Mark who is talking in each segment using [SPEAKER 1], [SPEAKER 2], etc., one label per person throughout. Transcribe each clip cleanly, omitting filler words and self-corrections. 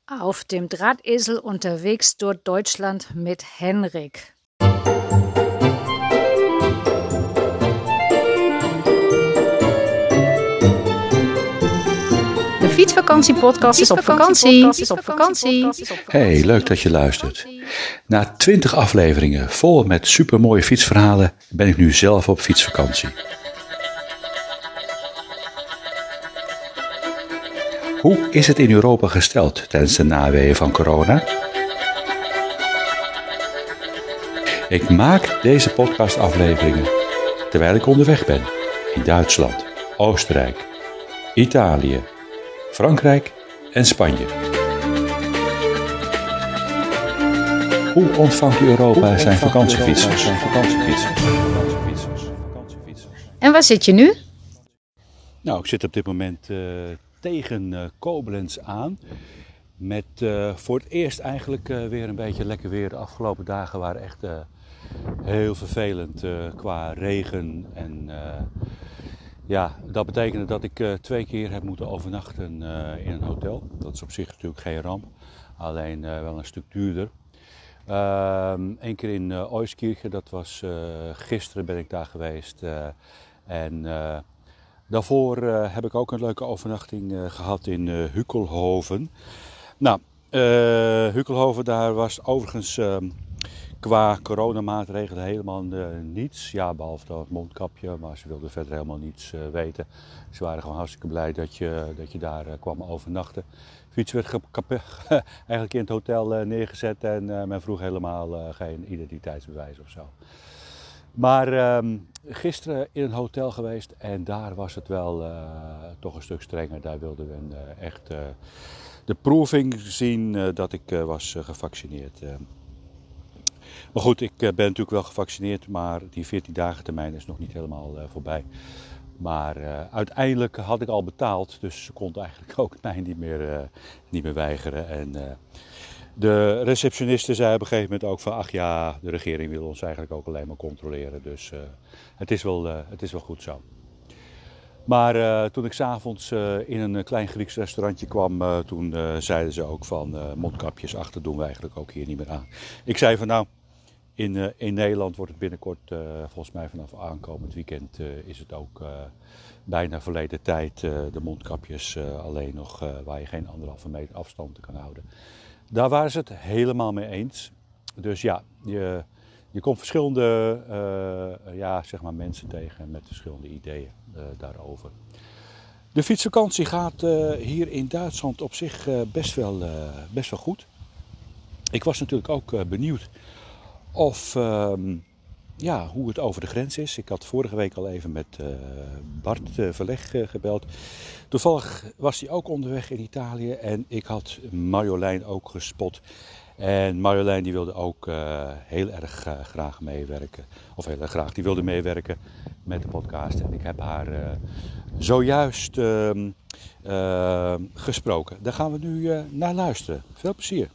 [SPEAKER 1] Auf dem Drahtesel unterwegs durch Deutschland mit Henrik.
[SPEAKER 2] De Fietsvakantiepodcast is op vakantie.
[SPEAKER 3] Hey, leuk dat je luistert. Na 20 afleveringen vol met supermooie fietsverhalen ben ik nu zelf op fietsvakantie. Hoe is het in Europa gesteld tijdens de naweeën van corona? Ik maak deze podcastafleveringen terwijl ik onderweg ben in Duitsland, Oostenrijk, Italië, Frankrijk en Spanje. Hoe ontvangt Europa zijn vakantiefietsers?
[SPEAKER 2] En waar zit je nu?
[SPEAKER 3] Nou, ik zit op dit moment tegen Koblenz aan. Met voor het eerst eigenlijk weer een beetje lekker weer. De afgelopen dagen waren echt heel vervelend qua regen. En ja, dat betekende dat ik 2 keer heb moeten overnachten in een hotel. Dat is op zich natuurlijk geen ramp. Alleen wel een stuk duurder. 1 keer in Euskirchen, dat was gisteren ben ik daar geweest. En daarvoor heb ik ook een leuke overnachting gehad in Hückelhoven. Nou, Hückelhoven, daar was overigens qua coronamaatregelen helemaal niets. Ja, behalve dat mondkapje, maar ze wilden verder helemaal niets weten. Ze waren gewoon hartstikke blij dat je daar kwam overnachten. De fiets werd eigenlijk in het hotel neergezet en men vroeg helemaal geen identiteitsbewijs of zo. Maar gisteren in een hotel geweest en daar was het wel toch een stuk strenger. Daar wilden we echt de proving zien dat ik was gevaccineerd. Maar goed, ik ben natuurlijk wel gevaccineerd, maar die 14 dagen termijn is nog niet helemaal voorbij. Maar uiteindelijk had ik al betaald, dus ze kon eigenlijk ook mij niet meer weigeren. En de receptioniste zei op een gegeven moment ook van, ach ja, de regering wil ons eigenlijk ook alleen maar controleren. Dus het is wel goed zo. Maar toen ik 's avonds in een klein Grieks restaurantje kwam, toen zeiden ze ook van mondkapjes achter doen we eigenlijk ook hier niet meer aan. Ik zei van nou, in Nederland wordt het binnenkort, volgens mij vanaf aankomend weekend, is het ook bijna verleden tijd de mondkapjes alleen nog waar je geen 1,5 meter afstand kan houden. Daar waren ze het helemaal mee eens. Dus ja, je komt verschillende zeg maar mensen tegen met verschillende ideeën daarover. De fietsvakantie gaat hier in Duitsland op zich best wel goed. Ik was natuurlijk ook benieuwd hoe het over de grens is. Ik had vorige week al even met Bart Verleg gebeld. Toevallig was hij ook onderweg in Italië en ik had Marjolein ook gespot. En Marjolein die wilde ook heel erg graag meewerken. Of heel erg graag, die wilde meewerken met de podcast. En ik heb haar zojuist gesproken. Daar gaan we nu naar luisteren. Veel plezier.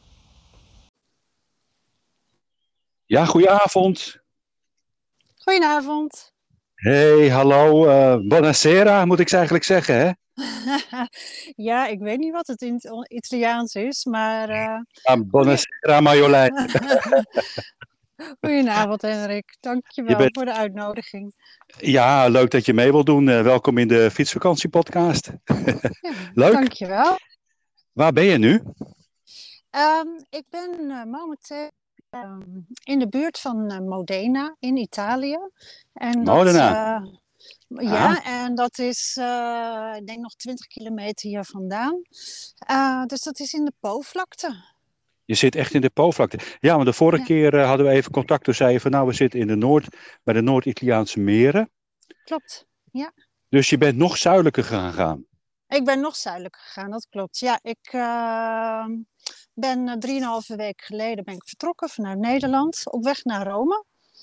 [SPEAKER 3] Ja, goedenavond.
[SPEAKER 4] Goedenavond.
[SPEAKER 3] Hey, hallo. Buonasera moet ik ze eigenlijk zeggen, hè?
[SPEAKER 4] Ja, ik weet niet wat het in het Italiaans is, maar...
[SPEAKER 3] Buonasera, Marjolein.
[SPEAKER 4] Goedenavond, Henrik. Dankjewel voor de uitnodiging.
[SPEAKER 3] Ja, leuk dat je mee wilt doen. Welkom in de Fietsvakantiepodcast.
[SPEAKER 4] Ja,
[SPEAKER 3] leuk.
[SPEAKER 4] Dankjewel.
[SPEAKER 3] Waar ben je nu?
[SPEAKER 4] Ik ben momenteel in de buurt van Modena in Italië. En
[SPEAKER 3] Modena?
[SPEAKER 4] En dat is, ik denk nog 20 kilometer hier vandaan. Dus dat is in de Po-vlakte.
[SPEAKER 3] Je zit echt in de Po-vlakte. Ja, maar de vorige keer hadden we even contact. Toen zei je van nou, we zitten in de bij de Noord-Italiaanse meren.
[SPEAKER 4] Klopt, ja.
[SPEAKER 3] Dus je bent nog zuidelijker gaan.
[SPEAKER 4] Ik ben nog zuidelijker gegaan, dat klopt. Ja, ik ben 3,5 weken geleden vertrokken vanuit Nederland op weg naar Rome.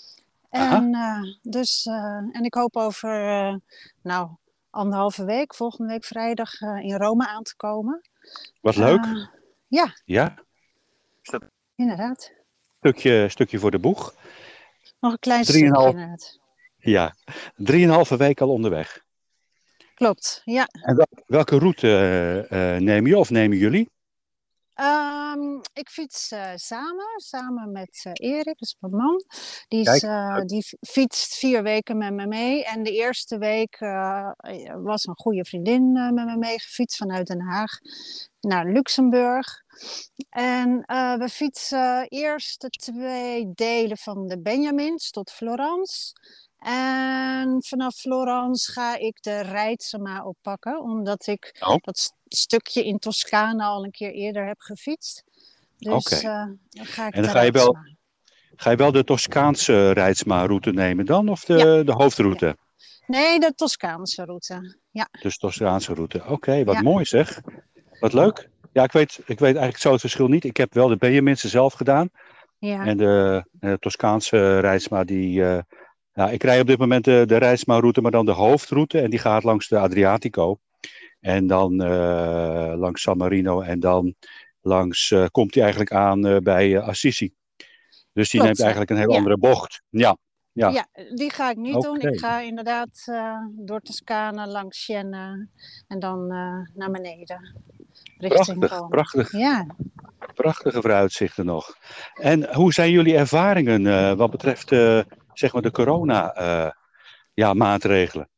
[SPEAKER 4] En ik hoop over 1,5 week, volgende week vrijdag, in Rome aan te komen.
[SPEAKER 3] Wat leuk.
[SPEAKER 4] Ja.
[SPEAKER 3] Ja?
[SPEAKER 4] Inderdaad.
[SPEAKER 3] Stukje voor de boeg.
[SPEAKER 4] Nog een klein stukje inderdaad.
[SPEAKER 3] Ja, 3,5 week al onderweg.
[SPEAKER 4] Klopt, ja.
[SPEAKER 3] En welke route neem je of nemen jullie?
[SPEAKER 4] Ik fiets samen met Erik, dus mijn man.
[SPEAKER 3] Kijk,
[SPEAKER 4] Die fietst 4 weken met me mee. En de eerste week was een goede vriendin met me mee gefietst vanuit Den Haag naar Luxemburg. En we fietsen eerst de 2 delen van de Benjamins tot Florence. En vanaf Florence ga ik de Reitsema oppakken, omdat ik
[SPEAKER 3] oh,
[SPEAKER 4] dat stukje in Toscane al een keer eerder heb gefietst. Dus
[SPEAKER 3] oké.
[SPEAKER 4] dan ga ik
[SPEAKER 3] En
[SPEAKER 4] de
[SPEAKER 3] dan
[SPEAKER 4] Reitsema.
[SPEAKER 3] ga je wel de Toscaanse Reitsma-route nemen dan? Of
[SPEAKER 4] Ja,
[SPEAKER 3] de hoofdroute?
[SPEAKER 4] ja. Nee, de Toscaanse route. Ja,
[SPEAKER 3] Dus Toscaanse route. Oké, wat
[SPEAKER 4] ja,
[SPEAKER 3] mooi zeg. Wat leuk. Ja, ik weet eigenlijk zo het verschil niet. Ik heb wel de Benjaminse zelf gedaan.
[SPEAKER 4] ja.
[SPEAKER 3] En de Toscaanse Reitsma, ja, ik rij op dit moment de Reitsma-route, maar dan de hoofdroute. En die gaat langs de Adriatico. En dan langs San Marino. En dan komt hij eigenlijk aan bij Assisi. Dus die neemt
[SPEAKER 4] Klopt, ja.
[SPEAKER 3] eigenlijk een heel
[SPEAKER 4] Ja.
[SPEAKER 3] andere bocht. Ja, ja.
[SPEAKER 4] Ja, die ga ik niet doen.
[SPEAKER 3] Oké.
[SPEAKER 4] Ik ga inderdaad door Toscane, langs Siena en dan naar beneden. Richting
[SPEAKER 3] Prachtig,
[SPEAKER 4] Rome.
[SPEAKER 3] prachtig.
[SPEAKER 4] Ja.
[SPEAKER 3] Prachtige vooruitzichten nog. En hoe zijn jullie ervaringen wat betreft zeg maar de corona-maatregelen?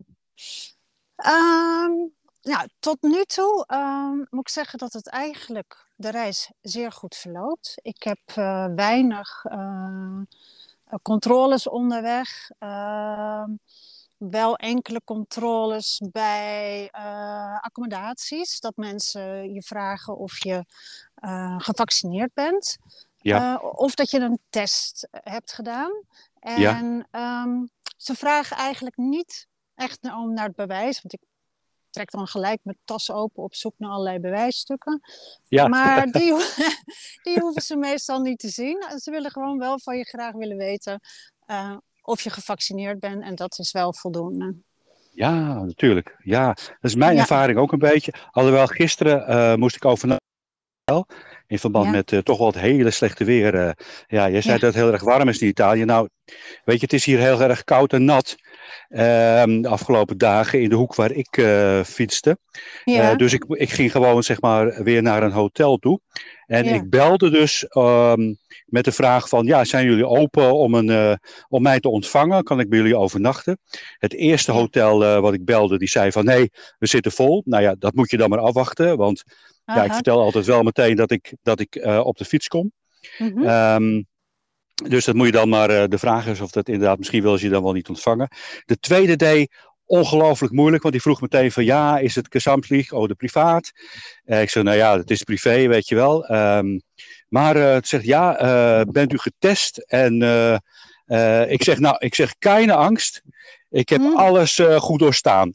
[SPEAKER 4] Nou, tot nu toe moet ik zeggen dat het eigenlijk de reis zeer goed verloopt. Ik heb weinig controles onderweg. Wel enkele controles bij accommodaties. Dat mensen je vragen of je gevaccineerd bent.
[SPEAKER 3] Ja,
[SPEAKER 4] Of dat je een test hebt gedaan.
[SPEAKER 3] ja,
[SPEAKER 4] En ze vragen eigenlijk niet echt naar het bewijs. Want ik trek dan gelijk mijn tas open op zoek naar allerlei bewijsstukken.
[SPEAKER 3] ja.
[SPEAKER 4] Maar die hoeven ze meestal niet te zien. Ze willen gewoon wel van je graag willen weten of je gevaccineerd bent. En dat is wel voldoende.
[SPEAKER 3] Ja, natuurlijk. Ja, dat is mijn
[SPEAKER 4] Ja,
[SPEAKER 3] ervaring ook een beetje. Alhoewel gisteren moest ik overnachten in verband
[SPEAKER 4] ja,
[SPEAKER 3] met toch wel het hele slechte weer. Ja, jij zei
[SPEAKER 4] ja,
[SPEAKER 3] dat het heel erg warm is in Italië. Nou, weet je, het is hier heel erg koud en nat. De afgelopen dagen in de hoek waar ik fietste.
[SPEAKER 4] ja,
[SPEAKER 3] Dus ik ging gewoon zeg maar weer naar een hotel toe. En
[SPEAKER 4] ja,
[SPEAKER 3] ik belde dus met de vraag van, ja, zijn jullie open om mij te ontvangen? Kan ik bij jullie overnachten? Het eerste
[SPEAKER 4] ja.
[SPEAKER 3] hotel wat ik belde, die zei van, nee, we zitten vol. Nou ja, dat moet je dan maar afwachten, want ja, ik
[SPEAKER 4] Aha.
[SPEAKER 3] vertel altijd wel meteen dat ik op de fiets kom.
[SPEAKER 4] Mhm.
[SPEAKER 3] Ehm, dus dat moet je dan maar, de vraag is of dat inderdaad, misschien wil ze je dan wel niet ontvangen. De tweede deed ongelooflijk moeilijk, want die vroeg meteen van ja, is het Gesamtvlieg, de privaat? Ik zei, nou ja, het is privé, weet je wel. Maar het zegt ja, bent u getest? En ik zeg, keine angst. Ik heb
[SPEAKER 4] Hm.
[SPEAKER 3] alles goed doorstaan.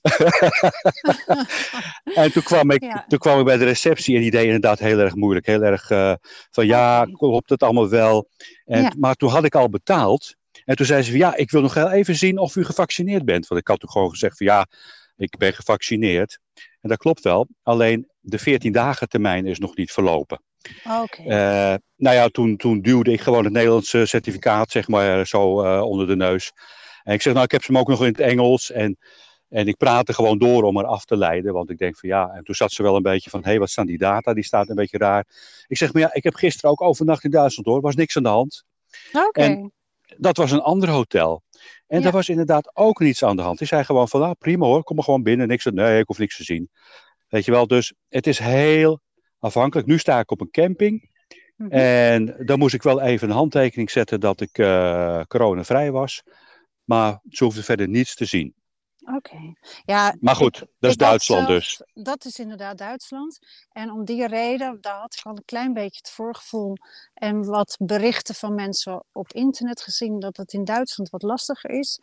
[SPEAKER 3] En
[SPEAKER 4] Ja,
[SPEAKER 3] toen kwam ik bij de receptie en die deed inderdaad heel erg moeilijk. Heel erg van ja,
[SPEAKER 4] oké.
[SPEAKER 3] klopt het allemaal wel.
[SPEAKER 4] Ja,
[SPEAKER 3] Maar toen had ik al betaald. En toen zei ze van ja, ik wil nog heel even zien of u gevaccineerd bent. Want ik had toen gewoon gezegd van ja, ik ben gevaccineerd. En dat klopt wel. Alleen de 14 dagen termijn is nog niet verlopen.
[SPEAKER 4] oké.
[SPEAKER 3] Nou ja, toen duwde ik gewoon het Nederlandse certificaat zeg maar zo onder de neus. En ik zeg nou, ik heb ze hem ook nog in het Engels. En ik praatte gewoon door om haar af te leiden. Want ik denk van ja, en toen zat ze wel een beetje van, hé, wat staan die data? Die staat een beetje raar. Ik zeg, maar ja, ik heb gisteren ook overnacht in Duitsland hoor. Er was niks aan de hand. En
[SPEAKER 4] Oké.
[SPEAKER 3] dat was een ander hotel. En
[SPEAKER 4] Ja,
[SPEAKER 3] daar was inderdaad ook niets aan de hand. Die zei gewoon van, nou prima hoor, kom maar gewoon binnen. Niks, nee, ik hoef niks te zien. Weet je wel, dus het is heel afhankelijk. Nu sta ik op een camping.
[SPEAKER 4] mhm.
[SPEAKER 3] En dan moest ik wel even een handtekening zetten dat ik coronavrij was. Maar ze hoefde verder niets te zien.
[SPEAKER 4] Oké. Ja,
[SPEAKER 3] Maar goed, dat is
[SPEAKER 4] ik had
[SPEAKER 3] Duitsland
[SPEAKER 4] zelf,
[SPEAKER 3] dus.
[SPEAKER 4] dat is inderdaad Duitsland. En om die reden, daar had ik al een klein beetje het voorgevoel en wat berichten van mensen op internet gezien dat het in Duitsland wat lastiger is.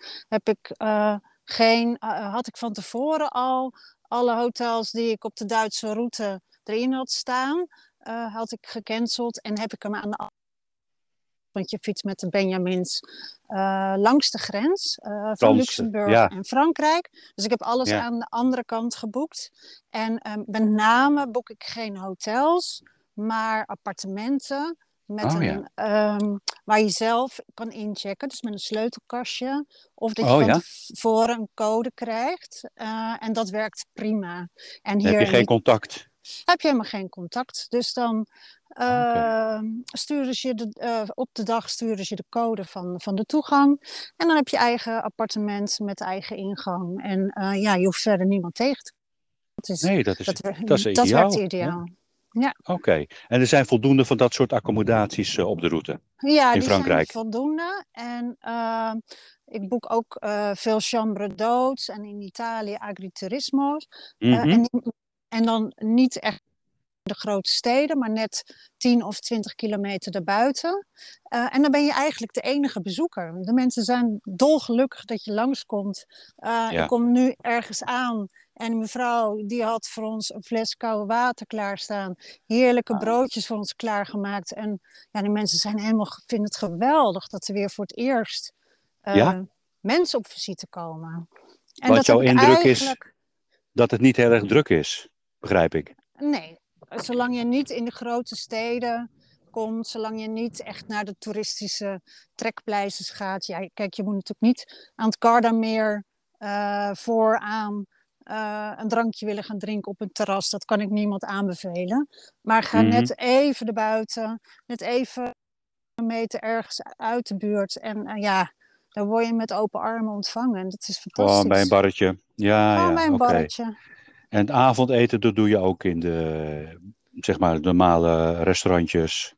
[SPEAKER 4] Had ik van tevoren al alle hotels die ik op de Duitse route erin had staan, had ik gecanceld en heb ik hem aan de want je fietst met de Benjamins langs de grens van
[SPEAKER 3] Fransen,
[SPEAKER 4] Luxemburg
[SPEAKER 3] ja,
[SPEAKER 4] en Frankrijk. Dus ik heb alles
[SPEAKER 3] ja.
[SPEAKER 4] aan de andere kant geboekt. En met name boek ik geen hotels, maar appartementen met
[SPEAKER 3] Oh ja.
[SPEAKER 4] waar je zelf kan inchecken. Dus met een sleutelkastje. Of dat je
[SPEAKER 3] Oh
[SPEAKER 4] van
[SPEAKER 3] ja.
[SPEAKER 4] tevoren een code krijgt. En dat werkt prima. En
[SPEAKER 3] Dan heb
[SPEAKER 4] hier
[SPEAKER 3] je
[SPEAKER 4] in
[SPEAKER 3] geen contact.
[SPEAKER 4] heb je helemaal geen contact. Dus dan
[SPEAKER 3] Oké.
[SPEAKER 4] Sturen ze op de dag sturen ze de code van de toegang. En dan heb je eigen appartement met eigen ingang. En je hoeft verder niemand tegen te komen.
[SPEAKER 3] Nee, dat is
[SPEAKER 4] Dat werkt
[SPEAKER 3] ideaal.
[SPEAKER 4] ideaal. Ja,
[SPEAKER 3] Oké. En er zijn voldoende van dat soort accommodaties op de route
[SPEAKER 4] ja,
[SPEAKER 3] in
[SPEAKER 4] die zijn
[SPEAKER 3] Frankrijk.
[SPEAKER 4] voldoende. En ik boek ook veel chambre d'hôtes en in Italië agriturismo.
[SPEAKER 3] Mhm.
[SPEAKER 4] En dan niet echt de grote steden, maar net 10 of 20 kilometer daarbuiten. En dan ben je eigenlijk de enige bezoeker. De mensen zijn dolgelukkig dat je langskomt. Ik
[SPEAKER 3] Ja.
[SPEAKER 4] kom nu ergens aan en een mevrouw die had voor ons een fles koude water klaarstaan. Heerlijke broodjes voor ons klaargemaakt. En ja, die mensen vinden het geweldig dat er weer voor het eerst
[SPEAKER 3] Ja?
[SPEAKER 4] mensen op visite komen. En
[SPEAKER 3] Wat
[SPEAKER 4] dat
[SPEAKER 3] jouw
[SPEAKER 4] heb ik
[SPEAKER 3] indruk
[SPEAKER 4] eigenlijk...
[SPEAKER 3] is dat het niet heel erg druk is, begrijp ik.
[SPEAKER 4] Nee, zolang je niet in de grote steden komt, zolang je niet echt naar de toeristische trekpleisters gaat. Ja, kijk, je moet natuurlijk niet aan het Gardameer vooraan een drankje willen gaan drinken op een terras. Dat kan ik niemand aanbevelen. Maar ga
[SPEAKER 3] Mhm.
[SPEAKER 4] net even erbuiten, net even een meter ergens uit de buurt. En dan word je met open armen ontvangen. En dat is
[SPEAKER 3] Gewoon bij een
[SPEAKER 4] fantastisch.
[SPEAKER 3] barretje. Ja,
[SPEAKER 4] Gewoon
[SPEAKER 3] ja,
[SPEAKER 4] bij een
[SPEAKER 3] oké.
[SPEAKER 4] barretje.
[SPEAKER 3] En het avondeten, dat doe je ook in de, zeg maar, normale restaurantjes.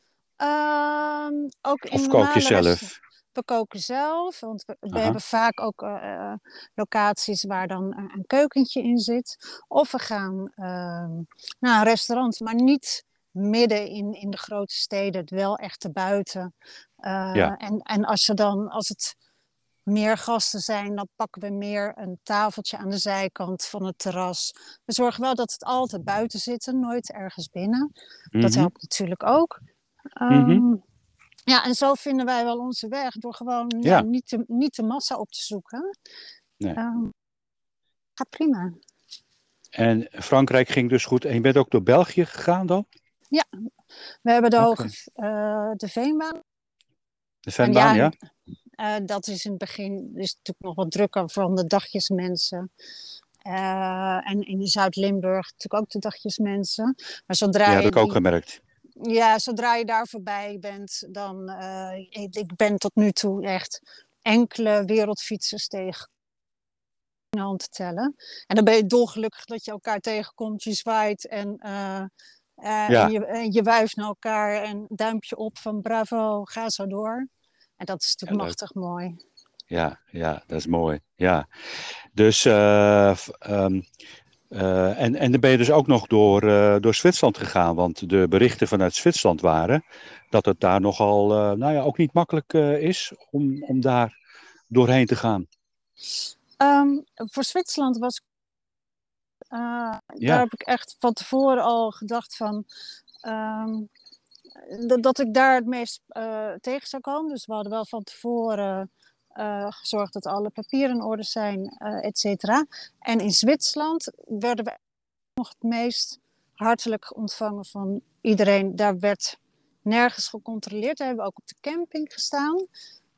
[SPEAKER 4] Ook in
[SPEAKER 3] Of kook je
[SPEAKER 4] normale
[SPEAKER 3] zelf?
[SPEAKER 4] we koken zelf, want we
[SPEAKER 3] Aha.
[SPEAKER 4] hebben vaak ook locaties waar dan een keukentje in zit. Of we gaan naar een restaurant, maar niet midden in de grote steden, wel echt te buiten.
[SPEAKER 3] Ja.
[SPEAKER 4] En als het meer gasten zijn, dan pakken we meer een tafeltje aan de zijkant van het terras. We zorgen wel dat het altijd buiten zitten, nooit ergens binnen. Dat
[SPEAKER 3] Mhm.
[SPEAKER 4] helpt natuurlijk ook.
[SPEAKER 3] Mhm.
[SPEAKER 4] Ja, en zo vinden wij wel onze weg door gewoon
[SPEAKER 3] Ja.
[SPEAKER 4] niet de massa op te zoeken.
[SPEAKER 3] Nee.
[SPEAKER 4] Gaat prima.
[SPEAKER 3] En Frankrijk ging dus goed. En je bent ook door België gegaan dan?
[SPEAKER 4] Ja, we hebben
[SPEAKER 3] Oké.
[SPEAKER 4] de Veenbaan.
[SPEAKER 3] De Venbaan, ja?
[SPEAKER 4] Dat is in het begin is natuurlijk nog wat drukker van de dagjesmensen. En in Zuid-Limburg natuurlijk ook de dagjesmensen. Maar
[SPEAKER 3] Ja, dat heb ik ook gemerkt.
[SPEAKER 4] zodra je daar voorbij bent, dan... ik ben tot nu toe echt enkele wereldfietsers tegen in de hand te tellen. En dan ben je dolgelukkig dat je elkaar tegenkomt, je zwaait en
[SPEAKER 3] Ja.
[SPEAKER 4] je wuift naar elkaar en duimpje op van bravo, ga zo door. En dat is natuurlijk
[SPEAKER 3] Ja, leuk.
[SPEAKER 4] machtig mooi.
[SPEAKER 3] Ja, dat is mooi. Ja. Dus, en dan ben je dus ook nog door Zwitserland gegaan. Want de berichten vanuit Zwitserland waren dat het daar nogal, ook niet makkelijk is om daar doorheen te gaan.
[SPEAKER 4] Voor Zwitserland was... daar
[SPEAKER 3] Ja,
[SPEAKER 4] heb ik echt van tevoren al gedacht van... dat ik daar het meest tegen zou komen. Dus we hadden wel van tevoren gezorgd dat alle papieren in orde zijn, et cetera. En in Zwitserland werden we nog het meest hartelijk ontvangen van iedereen. Daar werd nergens gecontroleerd. Daar hebben we ook op de camping gestaan.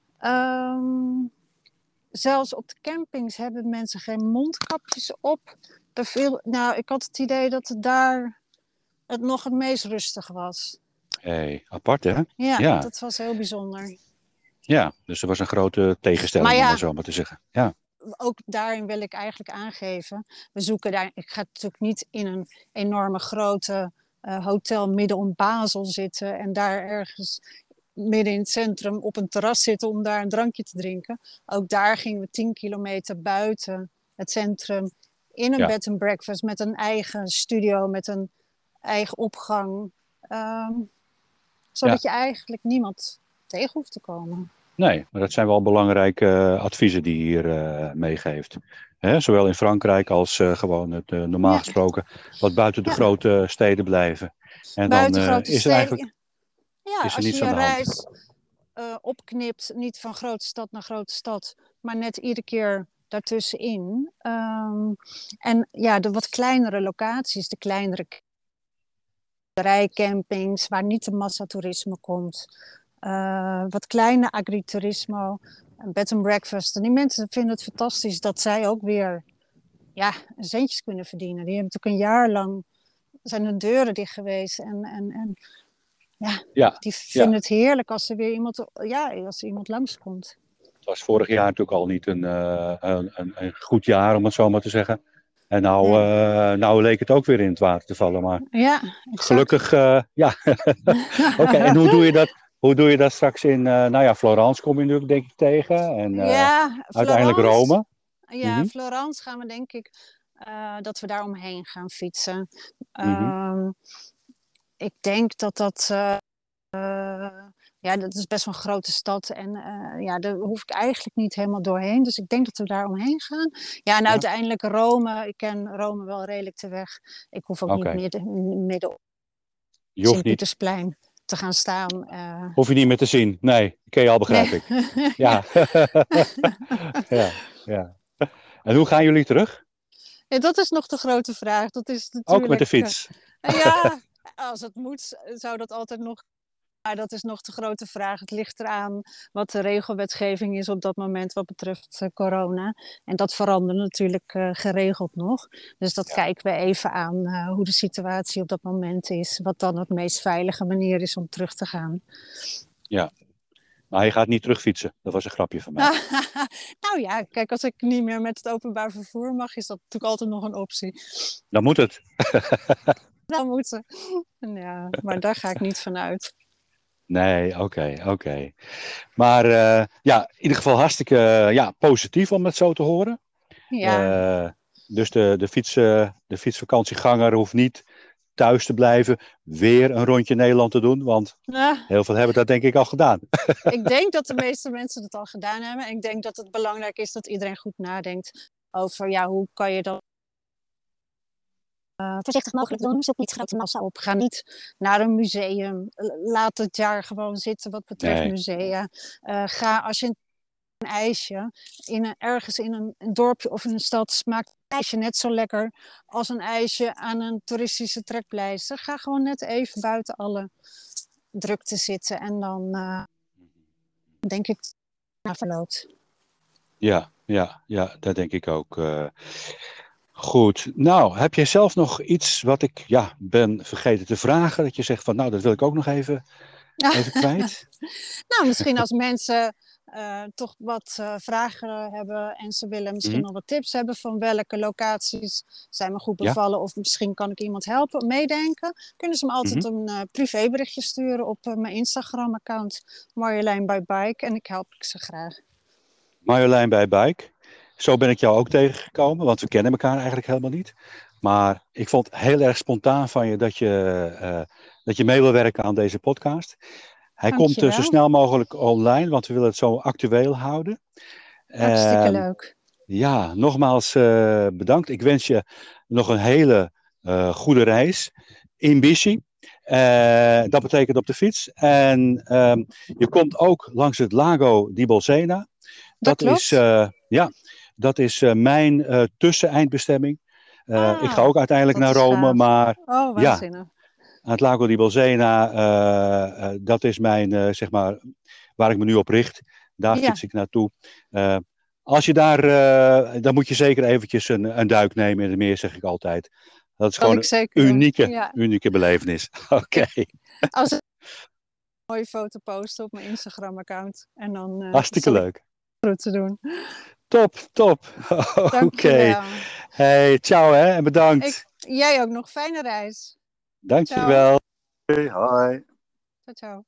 [SPEAKER 4] Zelfs op de campings hebben mensen geen mondkapjes op. Ik had het idee dat het daar het nog het meest rustig was.
[SPEAKER 3] Apart hè?
[SPEAKER 4] Ja, dat was heel bijzonder.
[SPEAKER 3] Ja, dus er was een grote tegenstelling, om het zo maar te zeggen. Ja.
[SPEAKER 4] Ook daarin wil ik eigenlijk aangeven. We zoeken daar... Ik ga natuurlijk niet in een enorme grote hotel midden om Basel zitten en daar ergens midden in het centrum op een terras zitten om daar een drankje te drinken. Ook daar gingen we 10 kilometer buiten het centrum in een bed and breakfast met een eigen studio, met een eigen opgang. Zodat je eigenlijk niemand tegen hoeft te komen.
[SPEAKER 3] Nee, maar dat zijn wel belangrijke adviezen die je hier meegeeft. Zowel in Frankrijk als gewoon het normaal gesproken wat buiten de grote steden blijven. En
[SPEAKER 4] buiten
[SPEAKER 3] dan
[SPEAKER 4] grote
[SPEAKER 3] is er eigenlijk
[SPEAKER 4] als
[SPEAKER 3] niets
[SPEAKER 4] je
[SPEAKER 3] aan
[SPEAKER 4] je
[SPEAKER 3] de hand.
[SPEAKER 4] reis opknipt, niet van grote stad naar grote stad, maar net iedere keer daartussenin. En de wat kleinere locaties, de kleinere rijcampings, waar niet de massatoerisme komt. Wat kleine agriturismo, een bed and breakfast. En die mensen vinden het fantastisch dat zij ook weer centjes kunnen verdienen. Die hebben natuurlijk een jaar lang zijn de deuren dicht geweest. En die vinden het heerlijk als er weer iemand langskomt.
[SPEAKER 3] Het was vorig jaar natuurlijk al niet een goed jaar, om het zo maar te zeggen. En nou leek het ook weer in het water te vallen. Maar gelukkig, Oké, en hoe doe je dat straks in, Florence kom je natuurlijk denk ik tegen. En uiteindelijk Rome.
[SPEAKER 4] Ja, Florence gaan we denk ik, dat we daar omheen gaan fietsen. Ik denk dat dat is best wel een grote stad. En daar hoef ik eigenlijk niet helemaal doorheen. Dus ik denk dat we daar omheen gaan. Ja, en uiteindelijk Rome. Ik ken Rome wel redelijk de weg. Ik hoef ook niet midden op Sint-Pietersplein te gaan staan.
[SPEAKER 3] Hoef je niet meer te zien. Nee, ken je al, begrijp ik. Ja. ja. En hoe gaan jullie terug?
[SPEAKER 4] Ja, dat is nog de grote vraag. Dat is natuurlijk,
[SPEAKER 3] ook met de fiets?
[SPEAKER 4] Ja, als het moet, zou dat altijd nog. Maar dat is nog de grote vraag. Het ligt eraan wat de regelwetgeving is op dat moment wat betreft corona. En dat verandert natuurlijk geregeld nog. Dus dat kijken we even aan hoe de situatie op dat moment is. Wat dan het meest veilige manier is om terug te gaan.
[SPEAKER 3] Ja, maar je gaat niet terugfietsen. Dat was een grapje van mij.
[SPEAKER 4] Nou ja, kijk, als ik niet meer met het openbaar vervoer mag, is dat natuurlijk altijd nog een optie.
[SPEAKER 3] Dan moet het.
[SPEAKER 4] Dan moet ze. Ja, maar daar ga ik niet van uit.
[SPEAKER 3] Nee, oké. Maar in ieder geval hartstikke positief om het zo te horen.
[SPEAKER 4] Ja.
[SPEAKER 3] Dus de fietsvakantieganger hoeft niet thuis te blijven, weer een rondje Nederland te doen. Want heel veel hebben dat denk ik al gedaan.
[SPEAKER 4] Ik denk dat de meeste mensen het al gedaan hebben. En ik denk dat het belangrijk is dat iedereen goed nadenkt over hoe kan je dat voorzichtig mogelijk doen. Zoek niet grote massa op. Ga niet naar een museum. Laat het jaar gewoon zitten wat betreft musea. Ga als je een ijsje ergens in een dorpje of in een stad smaakt een ijsje net zo lekker als een ijsje aan een toeristische trekpleister. Ga gewoon net even buiten alle drukte zitten en dan denk ik dat het verloopt.
[SPEAKER 3] Ja, dat denk ik ook. Goed, nou, heb jij zelf nog iets wat ik ben vergeten te vragen? Dat je zegt van, nou, dat wil ik ook nog even kwijt.
[SPEAKER 4] Nou, misschien als mensen toch wat vragen hebben en ze willen misschien nog wat tips hebben van welke locaties zijn me goed bevallen of misschien kan ik iemand helpen meedenken, kunnen ze me altijd een privéberichtje sturen op mijn Instagram-account Marjolein by Bike en ik help ze graag.
[SPEAKER 3] Marjolein by Bike. Zo ben ik jou ook tegengekomen, want we kennen elkaar eigenlijk helemaal niet. Maar ik vond het heel erg spontaan van je dat je mee wil werken aan deze podcast. Hij komt zo snel mogelijk online, want we willen het zo actueel houden.
[SPEAKER 4] Hartstikke leuk.
[SPEAKER 3] Ja, nogmaals bedankt. Ik wens je nog een hele goede reis in Bichy. Dat betekent op de fiets. En je komt ook langs het Lago di Bolsena.
[SPEAKER 4] Dat klopt.
[SPEAKER 3] Dat is mijn tusseneindbestemming. Ik ga ook uiteindelijk naar Rome, maar
[SPEAKER 4] waanzinnig.
[SPEAKER 3] Aan het Lago di Bolsena, dat is mijn, waar ik me nu op richt. Daar fiets ik naartoe. Als je daar, dan moet je zeker eventjes een duik nemen in het meer, zeg ik altijd. Dat is gewoon een unieke belevenis. Oké.
[SPEAKER 4] Als ik een mooie foto posten op mijn Instagram-account. En dan
[SPEAKER 3] hartstikke leuk.
[SPEAKER 4] Goed te doen.
[SPEAKER 3] Top. Oké. Hey, ciao hè en bedankt.
[SPEAKER 4] Jij ook nog. Fijne reis.
[SPEAKER 3] Dankjewel. Hoi.
[SPEAKER 4] Ciao.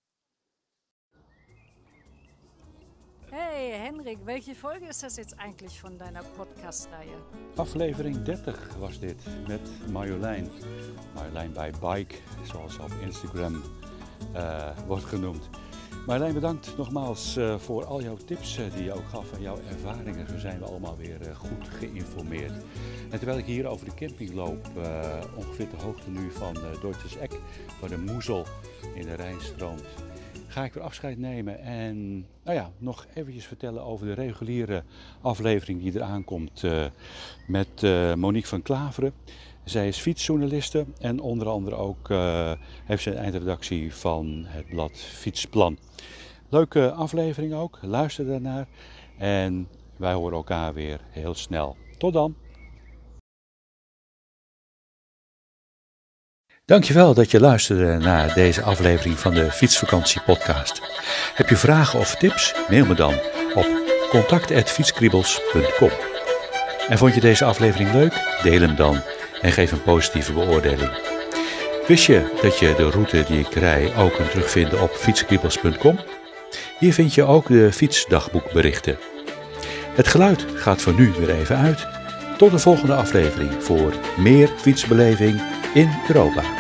[SPEAKER 1] Hey Henrik, welche Folge ist das jetzt eigentlich von deiner Podcast-Reihe?
[SPEAKER 3] Aflevering 30 was dit met Marjolein. Marjolein by Bike, zoals ze op Instagram wordt genoemd. Marjolein, bedankt nogmaals voor al jouw tips die je ook gaf en jouw ervaringen. Zo zijn we allemaal weer goed geïnformeerd. En terwijl ik hier over de camping loop, ongeveer de hoogte nu van Deutsches Eck, waar de Moezel in de Rijn stroomt, ga ik weer afscheid nemen en nog eventjes vertellen over de reguliere aflevering die eraan komt met Monique van Klaveren. Zij is fietsjournaliste en onder andere ook heeft ze een eindredactie van het blad Fietsplan. Leuke aflevering ook, luister daarnaar en wij horen elkaar weer heel snel. Tot dan! Dankjewel dat je luisterde naar deze aflevering van de Fietsvakantie podcast. Heb je vragen of tips? Mail me dan op contact@fietskriebels.com. En vond je deze aflevering leuk? Deel hem dan en geef een positieve beoordeling. Wist je dat je de route die ik rij ook kunt terugvinden op fietskriebels.com? Hier vind je ook de fietsdagboekberichten. Het geluid gaat voor nu weer even uit. Tot de volgende aflevering voor meer fietsbeleving in Europa.